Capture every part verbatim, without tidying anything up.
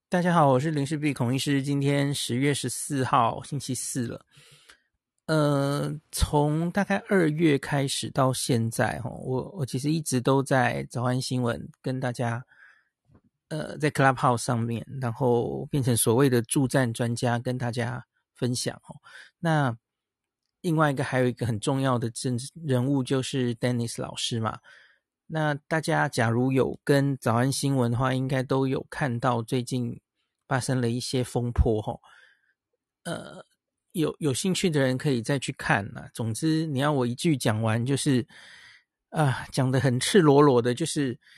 大家好，我是林氏璧孔医师。今天十月十四号，星期四了。呃，从大概二月开始到现在，我我其实一直都在早安新闻跟大家，呃，在 Clubhouse 上面，然后变成所谓的助战专家，跟大家分享哦。那另外一个还有一个很重要的政治人物就是 Dennis 老师嘛。那大家假如有跟早安新闻的话，应该都有看到最近发生了一些风波齁。呃，有有兴趣的人可以再去看啊。总之，你要我一句讲完，就是啊，讲得很赤裸裸的，就是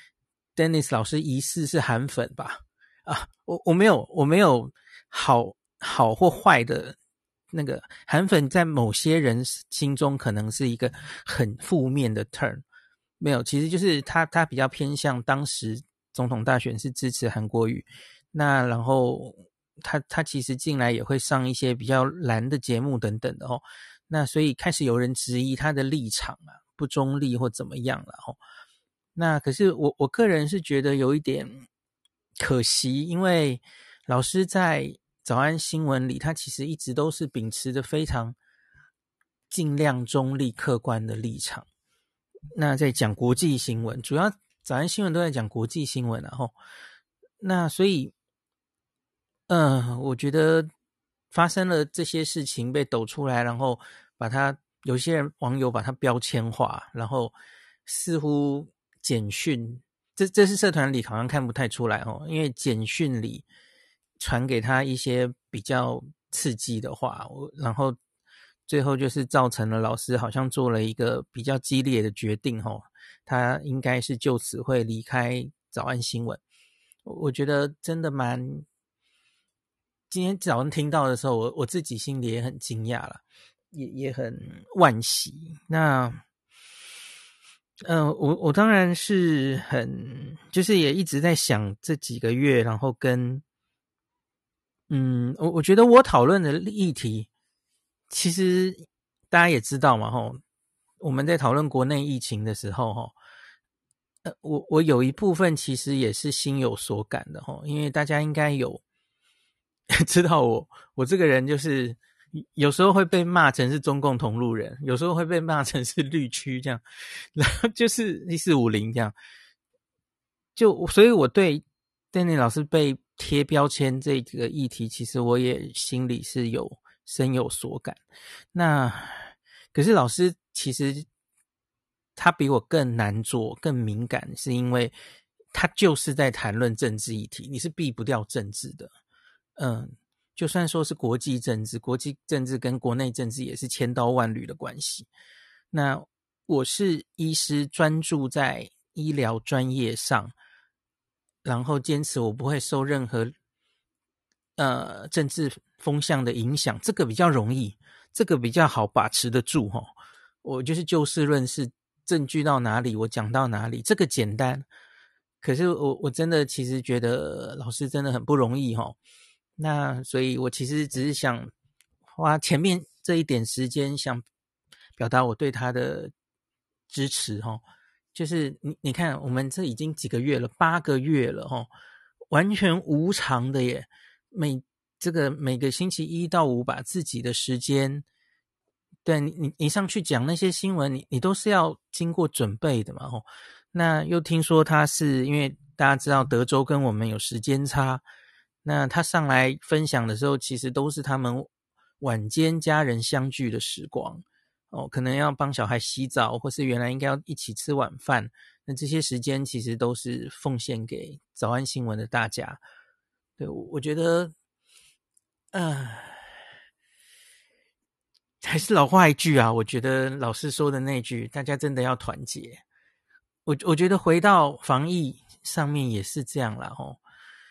Dennis 老师疑似是韩粉吧？啊，我我没有我没有好好或坏的。那个韩粉在某些人心中可能是一个很负面的 term。没有，其实就是他他比较偏向当时总统大选是支持韩国瑜，那然后他他其实进来也会上一些比较蓝的节目等等的哦，那所以开始有人质疑他的立场啊不中立或怎么样了哦。那可是我我个人是觉得有一点可惜，因为老师在早安新闻里他其实一直都是秉持着非常尽量中立客观的立场。那在讲国际新闻，主要早安新闻都在讲国际新闻，然后那所以呃我觉得发生了这些事情被抖出来，然后把它有些人网友把它标签化，然后似乎简讯这这是社团里好像看不太出来哦，因为简讯里传给他一些比较刺激的话，然后最后就是造成了老师好像做了一个比较激烈的决定齁，他应该是就此会离开早安新闻。我觉得真的蛮，今天早上听到的时候，我我自己心里也很惊讶啦，也也很惋惜。那嗯、呃，我我当然是很，就是也一直在想这几个月，然后跟嗯，我我觉得我讨论的议题，其实大家也知道嘛，吼，我们在讨论国内疫情的时候，吼，呃，我我有一部分其实也是心有所感的，吼，因为大家应该有知道我我这个人就是有时候会被骂成是中共同路人，有时候会被骂成是绿区这样，然后就是一四五零这样，就所以我对 Danny 老师被贴标签这个议题，其实我也心里是有深有所感。那可是老师其实他比我更难做更敏感，是因为他就是在谈论政治议题，你是避不掉政治的。嗯，就算说是国际政治，国际政治跟国内政治也是千刀万缕的关系。那我是医师，专注在医疗专业上，然后坚持我不会受任何呃政治风向的影响，这个比较容易，这个比较好把持得住齁。我就是就事论事，证据到哪里我讲到哪里，这个简单。可是我我真的其实觉得老师真的很不容易齁。那所以我其实只是想花前面这一点时间，想表达我对他的支持齁。就是你你看，我们这已经几个月了，八个月了齁，完全无偿的耶。每这个每个星期一到五把自己的时间，对你你你上去讲那些新闻，你你都是要经过准备的嘛齁。那又听说他是因为大家知道德州跟我们有时间差，那他上来分享的时候，其实都是他们晚间家人相聚的时光哦，可能要帮小孩洗澡，或是原来应该要一起吃晚饭，那这些时间其实都是奉献给早安新闻的大家。对，我觉得，呃，还是老话一句啊，我觉得老师说的那句，大家真的要团结。我我觉得回到防疫上面也是这样啦齁。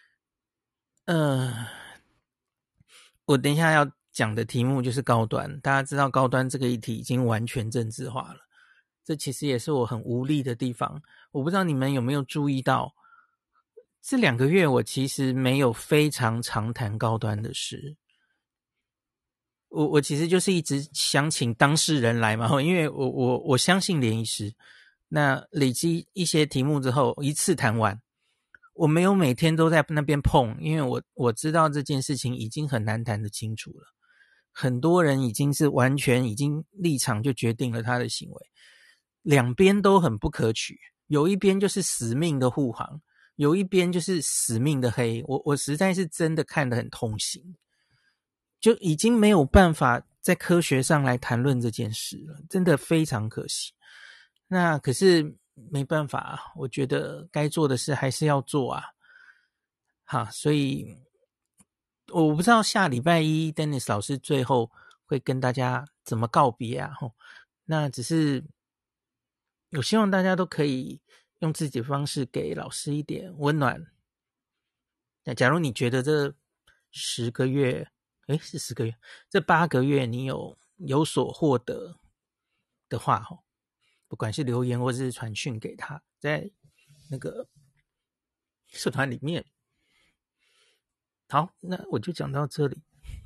呃，我等一下要讲的题目就是高端，大家知道高端这个议题已经完全政治化了，这其实也是我很无力的地方。我不知道你们有没有注意到，这两个月我其实没有非常常谈高端的事。我我其实就是一直想请当事人来嘛，因为我我我相信连医师，那累积一些题目之后一次谈完， 我没有每天都在那边碰，因为我我知道这件事情已经很难谈得清楚了。很多人已经是完全已经立场就决定了他的行为，两边都很不可取，有一边就是死命的护航，有一边就是死命的黑，我我实在是真的看得很痛心，就已经没有办法在科学上来谈论这件事了，真的非常可惜。那可是没办法，我觉得该做的事还是要做啊。好，所以我不知道下礼拜一 Dennis 老师最后会跟大家怎么告别啊。那只是我希望大家都可以用自己的方式给老师一点温暖。那假如你觉得这十个月诶是十个月这八个月你有有所获得的话，不管是留言或是传讯给他，在那个社团里面。好，那我就讲到这里。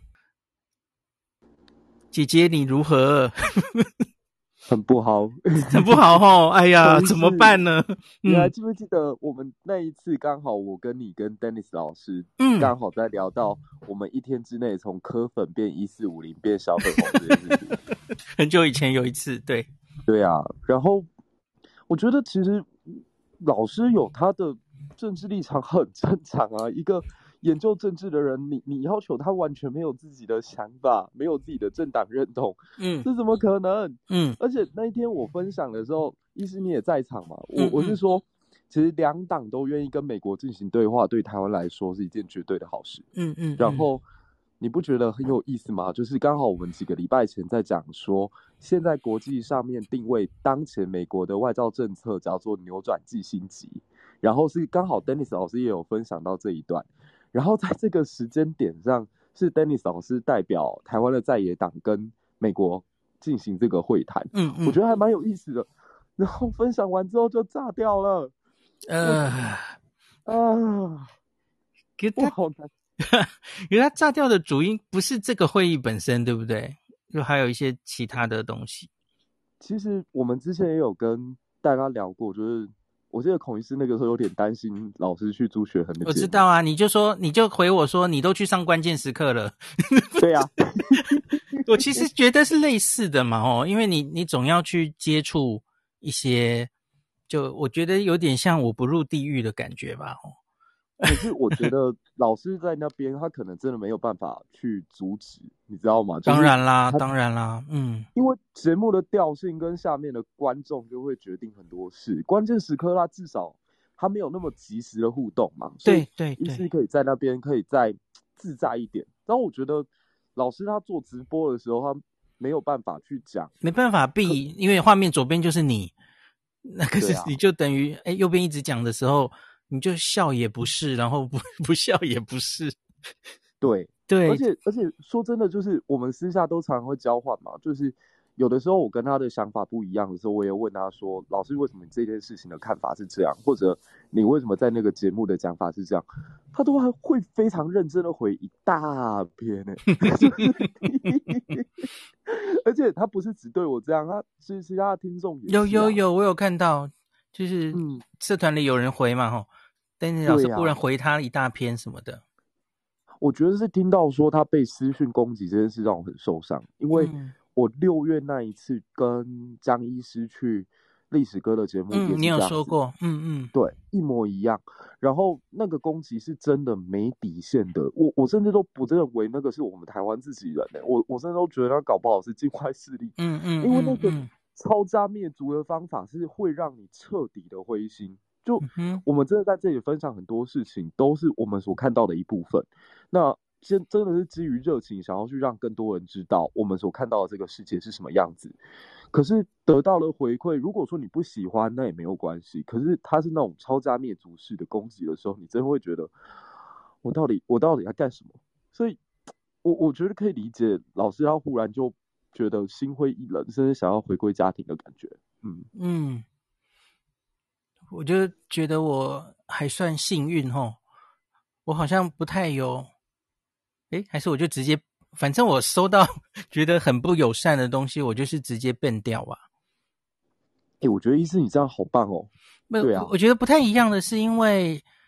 姐姐你如何？ 很不好， 很不好齁，哎呀，怎么办呢？ 你还记不记得我们那一次刚好我跟你跟 Dennis 老师，嗯，刚好在聊到我们一天之内从科粉变一四五零变小粉红这件事情。 很久以前有一次，对， 对啊，然后我觉得其实老师有他的政治立场很正常啊，一个研究政治的人，你你要求他完全没有自己的想法，没有自己的政党认同，嗯，这怎么可能？嗯，而且那一天我分享的时候，医师你也在场嘛，我我是说，其实两党都愿意跟美国进行对话，对台湾来说是一件绝对的好事。嗯嗯，然后你不觉得很有意思吗？就是刚好我们几个礼拜前在讲说，现在国际上面定位当前美国的外交政策叫做扭转季新极，然后是刚好 Dennis 老师也有分享到这一段。然后在这个时间点上，是 Dennis 老师代表台湾的在野党跟美国进行这个会谈，嗯嗯，我觉得还蛮有意思的。然后分享完之后就炸掉了，呃啊，可他好难，因为他炸掉的主因不是这个会议本身，对不对？就还有一些其他的东西。 其实我们之前也有跟大家聊过，就是。我记得孔医师那个时候有点担心老师去朱学恒的节目。 我知道啊，你就说你就回我说你都去上关键时刻了。 对啊， 我其实觉得是类似的嘛，哦，因为你你总要去接触一些，就我觉得有点像我不入地狱的感觉吧，哦。 可是我觉得老师在那边，他可能真的没有办法去阻止，你知道吗？就是、 当然啦，当然啦，嗯， 因为节目的调性跟下面的观众就会决定很多事。关键时刻，他至少他没有那么及时的互动嘛， 对对对，医师可以在那边可以再自在一点。然后我觉得老师他做直播的时候，他没有办法去讲， 没办法避，因为画面左边就是你，那可是你就等于哎、啊、右边一直讲的时候。你就笑也不是，然后不不笑也不是， 对对， 而且而且说真的，就是我们私下都常常会交换嘛，就是有的时候我跟他的想法不一样的时候，我也问他说：“老师，为什么你这件事情的看法是这样？或者你为什么在那个节目的讲法是这样？”他都还会非常认真的回一大篇呢、欸，而且他不是只对我这样，他其实其他的听众也是、啊、 有有有，我有看到，就是社团里有人回嘛，吼。但是老师忽然回他一大篇什么的、 啊、我觉得是听到说他被私讯攻击这件事让我很受伤，因为我六月那一次跟江医师去历史哥的节目也是这样子、 嗯、你有说过，嗯嗯， 对，一模一样。然后那个攻击是真的没底线的，我我甚至都不认为那个是我们台湾自己人、欸、我我甚至都觉得他搞不好是境外势力， 嗯嗯， 因为那个抄家灭族的方法是会让你彻底的灰心。就我们真的在这里分享很多事情，都是我们所看到的一部分。那真真的是基于热情，想要去让更多人知道我们所看到的这个世界是什么样子。可是得到了回馈，如果说你不喜欢，那也没有关系。可是他是那种抄家灭族式的攻击的时候，你真的会觉得，我到底我到底要干什么？所以我我觉得可以理解老师他忽然就觉得心灰意冷，甚至想要回归家庭的感觉。嗯嗯。我就觉得我还算幸运齁，我好像不太有，诶，还是我就直接，反正我收到觉得很不友善的东西，我就是直接变掉吧。 诶，我觉得医师你这样好棒哦。对啊， 我觉得不太一样的是，因为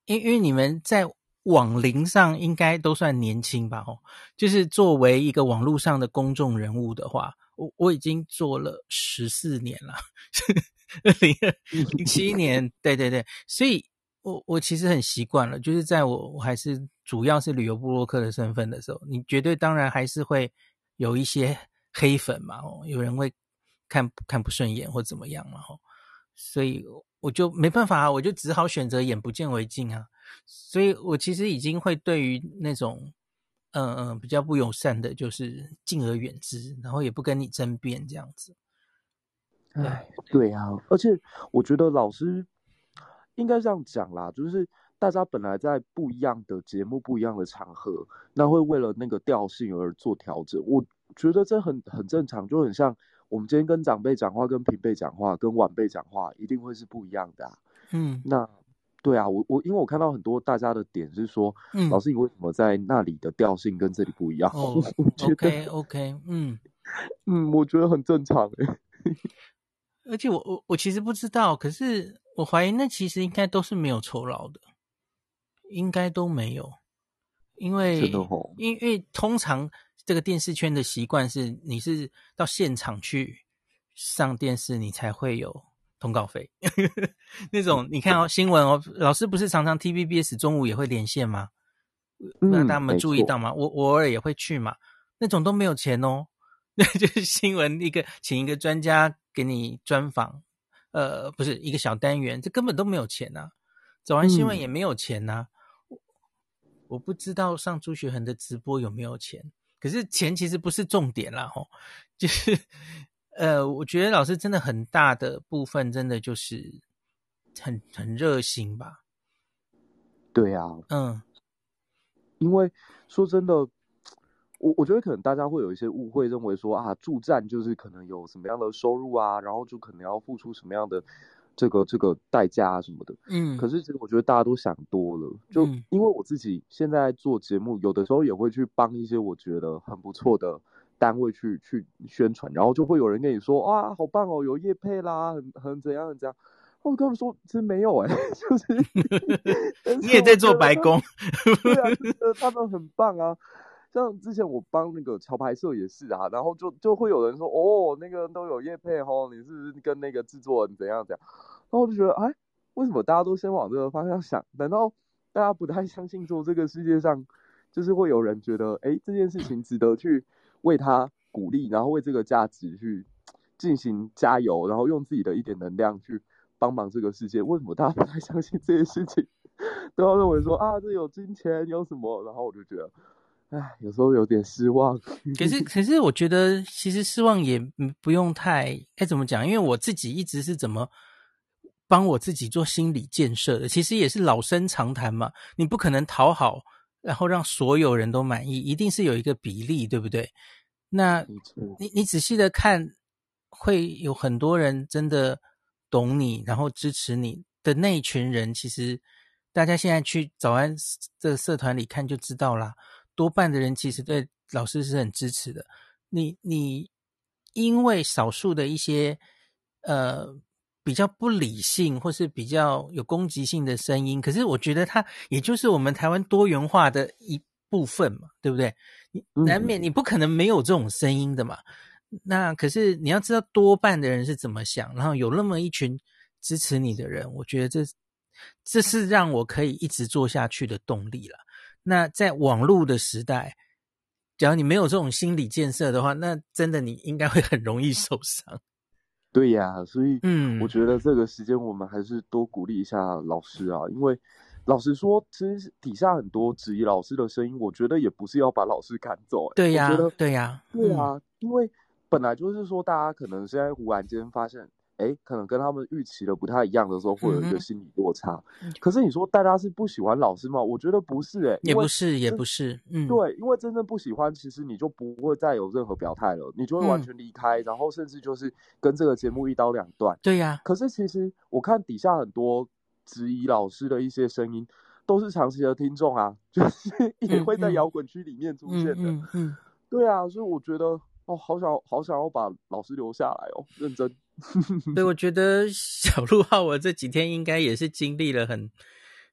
因因为你们在网龄上应该都算年轻吧？哦，就是作为一个网络上的公众人物的话，我我已经做了十四年了，二零零七年，对对对，所以我我其实很习惯了，就是在我我还是主要是旅游部落客的身份的时候，你绝对当然还是会有一些黑粉嘛，哦，有人会看看不顺眼或怎么样嘛，哦，所以我就没办法啊，我就只好选择眼不见为净啊。所以我其实已经会对于那种嗯嗯、呃、比较不友善的，就是敬而远之，然后也不跟你争辩这样子。 哎，对啊，而且我觉得老师应该这样讲啦，就是大家本来在不一样的节目、不一样的场合，那会为了那个调性而做调整。我觉得这很很正常，就很像我们今天跟长辈讲话、跟平辈讲话、跟晚辈讲话，一定会是不一样的啊。 嗯那对啊，我我因为我看到很多大家的点是说，老嗯， 师你为什么在那里的调性跟这里不一样？ 哦我觉得， ，OK OK，嗯， 嗯，我觉得很正常诶。 而且我我我其实不知道，可是我怀疑那其实应该都是没有酬劳的，应该都没有。因为真的吼， 因为通常这个电视圈的习惯是你是到现场去上电视，你才会有通告费。那种你看哦，新闻哦，老师不是常常 T V B S 中午也会连线吗？不知道大家嗯， 有没有没错， 注意到吗？我我偶尔也会去嘛，那种都没有钱哦。那就是新闻一个请一个专家给你专访，呃，不是一个小单元，这根本都没有钱啊。早安新闻也嗯。 没有钱呐、啊。我不知道上朱学恒的直播有没有钱，可是钱其实不是重点啦齁，就是呃，我觉得老师真的很大的部分真的就是很很热心吧。 对啊， 嗯因为说真的，我我觉得可能大家会有一些误会，认为说啊，助战就是可能有什么样的收入啊，然后就可能要付出什么样的这个这个代价啊什么的。 嗯可是其实我觉得大家都想多了，就嗯因为我自己现在做节目，有的时候也会去帮一些我觉得很不错的单位去去宣传，然后就会有人跟你说啊，好棒哦，有业配啦，很很怎样很怎样。我跟他们说，其实没有哎、欸，就是，但是我你也在做觉得他们， 白工。 对啊，就觉得他们很棒啊。像之前我帮那个桥牌社也是啊，然后就就会有人说，哦，那个都有业配哦，你是不是跟那个制作人怎样怎样？然后我就觉得，哎，为什么大家都先往这个方向想？难道大家不太相信说这个世界上就是会有人觉得，哎，这件事情值得去为他鼓励，然后为这个价值去进行加油，然后用自己的一点能量去帮忙这个世界？为什么大家不太相信这件事情？都要认为说啊，这有金钱有什么？然后我就觉得，哎，有时候有点失望。 可是，可是我觉得其实失望也不用太该怎么讲，因为我自己一直是怎么帮我自己做心理建设的，其实也是老生常谈嘛。你不可能讨好，然后让所有人都满意，一定是有一个比例，对不对？那没错， 你你仔细的看，会有很多人真的懂你，然后支持你的那一群人，其实大家现在去早安这个社团里看就知道啦。多半的人其实对老师是很支持的。你你因为少数的一些呃比较不理性或是比较有攻击性的声音，可是我觉得它也就是我们台湾多元化的一部分嘛，对不对？你难免你嗯， 不可能没有这种声音的嘛。那可是你要知道多半的人是怎么想，然后有那么一群支持你的人，我觉得这这是让我可以一直做下去的动力了。那在网络的时代，假如你没有这种心理建设的话，那真的你应该会很容易受伤。 对呀，所以我嗯， 觉得这个时间我们还是多鼓励一下老师啊，因为老实说，其实底下很多质疑老师的声音，我觉得也不是要把老师赶走、欸， 对呀， 我觉得， 对呀，嗯对啊，因为本来就是说，大家可能现在忽然间发现，哎，可能跟他们预期的不太一样的时候，会有一个嗯哼， 心理落差。可是你说大家是不喜欢老师吗？我觉得不是、欸，哎，因为也不是，也真不是，嗯对，因为真正不喜欢，其实你就不会再有任何表态了，你就会完嗯， 全离开，然后甚至就是跟这个节目一刀两断。 对呀， 可是其实我看底下很多质疑老师的一些声音，都是长期的听众啊，就是也会在嗯嗯摇滚区里面出嗯现的。 嗯嗯。 对啊，所以我觉得哦，好想好想要把老师留下来哦，认真。 对，我觉得小陆浩我这几天应该也是经历了很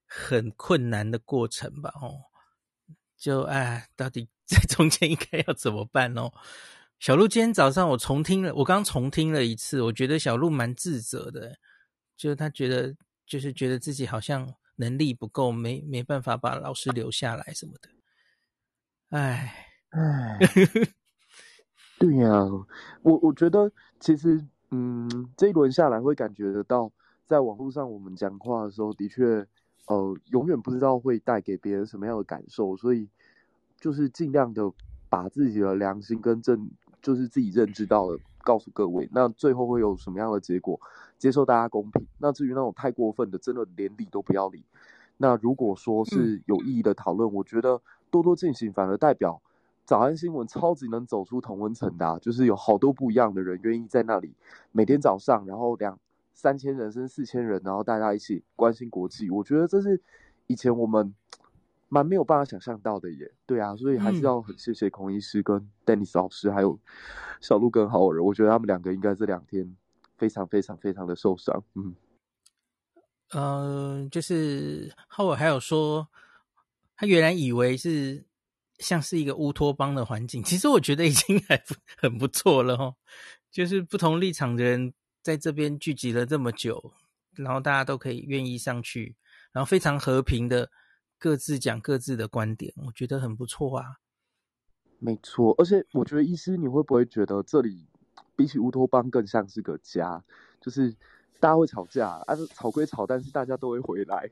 很困难的过程吧，哦，就哎，到底在中间应该要怎么办哦？小鹿今天早上我重听了，我刚重听了一次，我觉得小鹿蛮自责的，就是他觉得就是觉得自己好像能力不够，没没办法把老师留下来什么的，哎， 唉，对呀、我我觉得其实，嗯，这一轮下来会感觉得到，在网络上我们讲话的时候，的确，呃，永远不知道会带给别人什么样的感受，所以就是尽量的把自己的良心跟正，就是自己认知到的，告诉各位，那最后会有什么样的结果，接受大家公平。那至于那种太过分的，真的连理都不要理。那如果说是有意义的讨论，我觉得多多进行，反而代表早安新闻超级能走出同温层的啊，就是有好多不一样的人愿意在那里每天早上，然后两三千人甚至四千人，然后大家一起关心国际，我觉得这是以前我们蛮没有办法想象到的耶。对啊，所以还是嗯。 要很谢谢孔医师跟 Dennis 老师，还有小鹿跟郝尔，我觉得他们两个应该这两天非常非常非常的受伤。嗯， 呃，就是浩尔还有说，他原来以为是像是一个乌托邦的环境，其实我觉得已经还不很不错了哦。就是不同立场的人在这边聚集了这么久，然后大家都可以愿意上去，然后非常和平的各自讲各自的观点，我觉得很不错啊。 没错，而且我觉得医师，你会不会觉得这里比起乌托邦更像是个家？就是大家会吵架，啊，吵归吵，但是大家都会回来。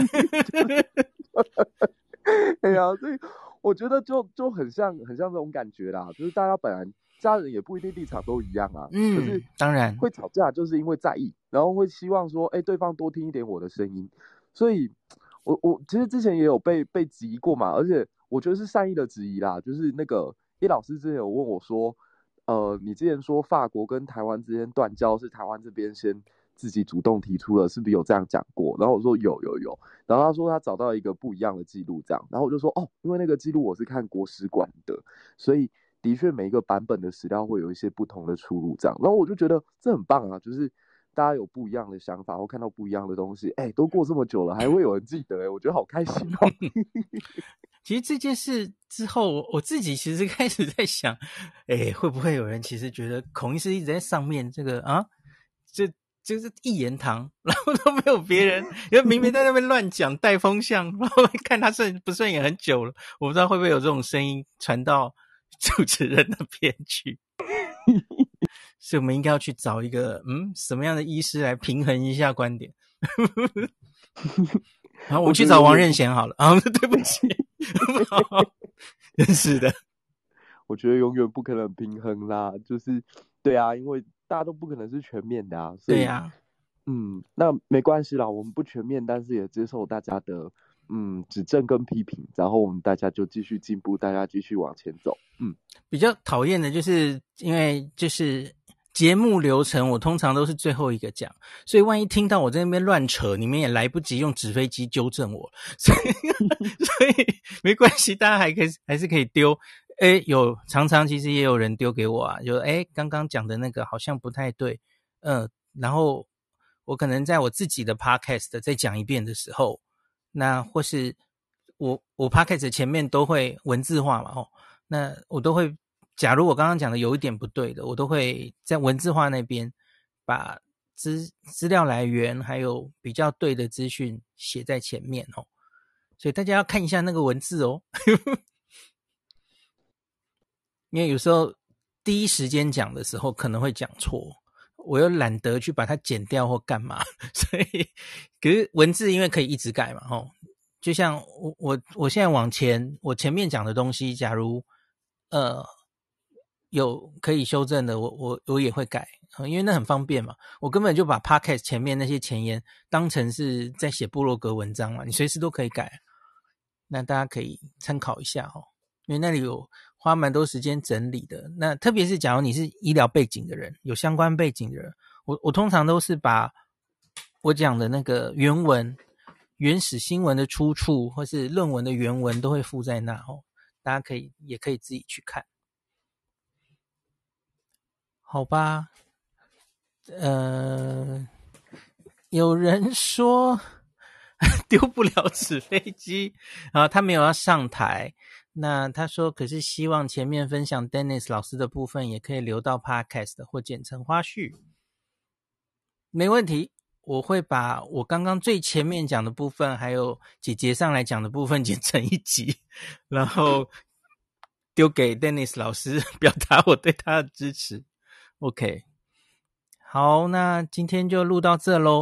哎呀，所以我觉得就就很像很像这种感觉啦，就是大家本来家人也不一定立场都一样啊，可嗯， 是当然， 会吵架就是因为在意，然后会希望说，哎，对方多听一点我的声音。所以我我其实之前也有被被质疑过嘛，而且我觉得是善意的质疑啦，就是那个叶老师之前有问我说，呃，你之前说法国跟台湾之间断交是台湾这边先自己主动提出了，是不是有这样讲过？然后我说有有有，然后他说他找到一个不一样的记录，这样，然后我就说哦，因为那个记录我是看国史馆的，所以的确每一个版本的史料会有一些不同的出入，这样，然后我就觉得这很棒啊，就是大家有不一样的想法或看到不一样的东西，哎，都过这么久了，还会有人记得，哎，我觉得好开心哦。 其实这件事之后，我自己其实开始在想，诶，会不会有人其实觉得孔医师一直在上面这个啊，这就是一言堂，然后都没有别人，因为明明在那边乱讲带风向，然后看他顺不顺眼很久了，我不知道会不会有这种声音传到主持人那边去，所以我们应该要去找一个嗯什么样的医师来平衡一下观点。然后我们去找王任贤好了啊，对不起，真是的。 我觉得永远不可能平衡啦，就是对啊，因为大家都不可能是全面的啊，所以对呀、啊， 嗯，那没关系啦，我们不全面，但是也接受大家的嗯指正跟批评，然后我们大家就继续进步，大家继续往前走。嗯， 比较讨厌的就是因为就是节目流程，我通常都是最后一个讲，所以万一听到我在那边乱扯，你们也来不及用纸飞机纠正我，所以所以没关系，大家还可以还是可以丢。诶，有常常其实也有人丢给我啊，就诶刚刚讲的那个好像不太对，嗯，然后我可能在我自己的 podcast 再讲一遍的时候，那或是我我 podcast 前面都会文字化嘛，哦，那我都会，假如我刚刚讲的有一点不对的，我都会在文字化那边把资资料来源还有比较对的资讯写在前面哦，所以大家要看一下那个文字哦。因为有时候第一时间讲的时候可能会讲错，我又懒得去把它剪掉或干嘛，所以可是文字因为可以一直改嘛，吼，就像我我我现在往前，我前面讲的东西，假如呃有可以修正的，我我我也会改，因为那很方便嘛，我根本就把 podcast 前面那些前言当成是在写部落格文章嘛，你随时都可以改，那大家可以参考一下哦，因为那里有花蛮多时间整理的。那特别是假如你是医疗背景的人，有相关背景的人，我我通常都是把我讲的那个原文、原始新闻的出处或是论文的原文都会附在那哦，大家可以也可以自己去看，好吧？呃，有人说丢不了纸飞机啊，他没有要上台。那他说可是希望前面分享 Dennis 老师的部分也可以留到 Podcast 或剪成花絮。没问题，我会把我刚刚最前面讲的部分还有姐姐上来讲的部分剪成一集，然后丢给 Dennis 老师表达我对他的支持。 OK， 好，那今天就录到这咯。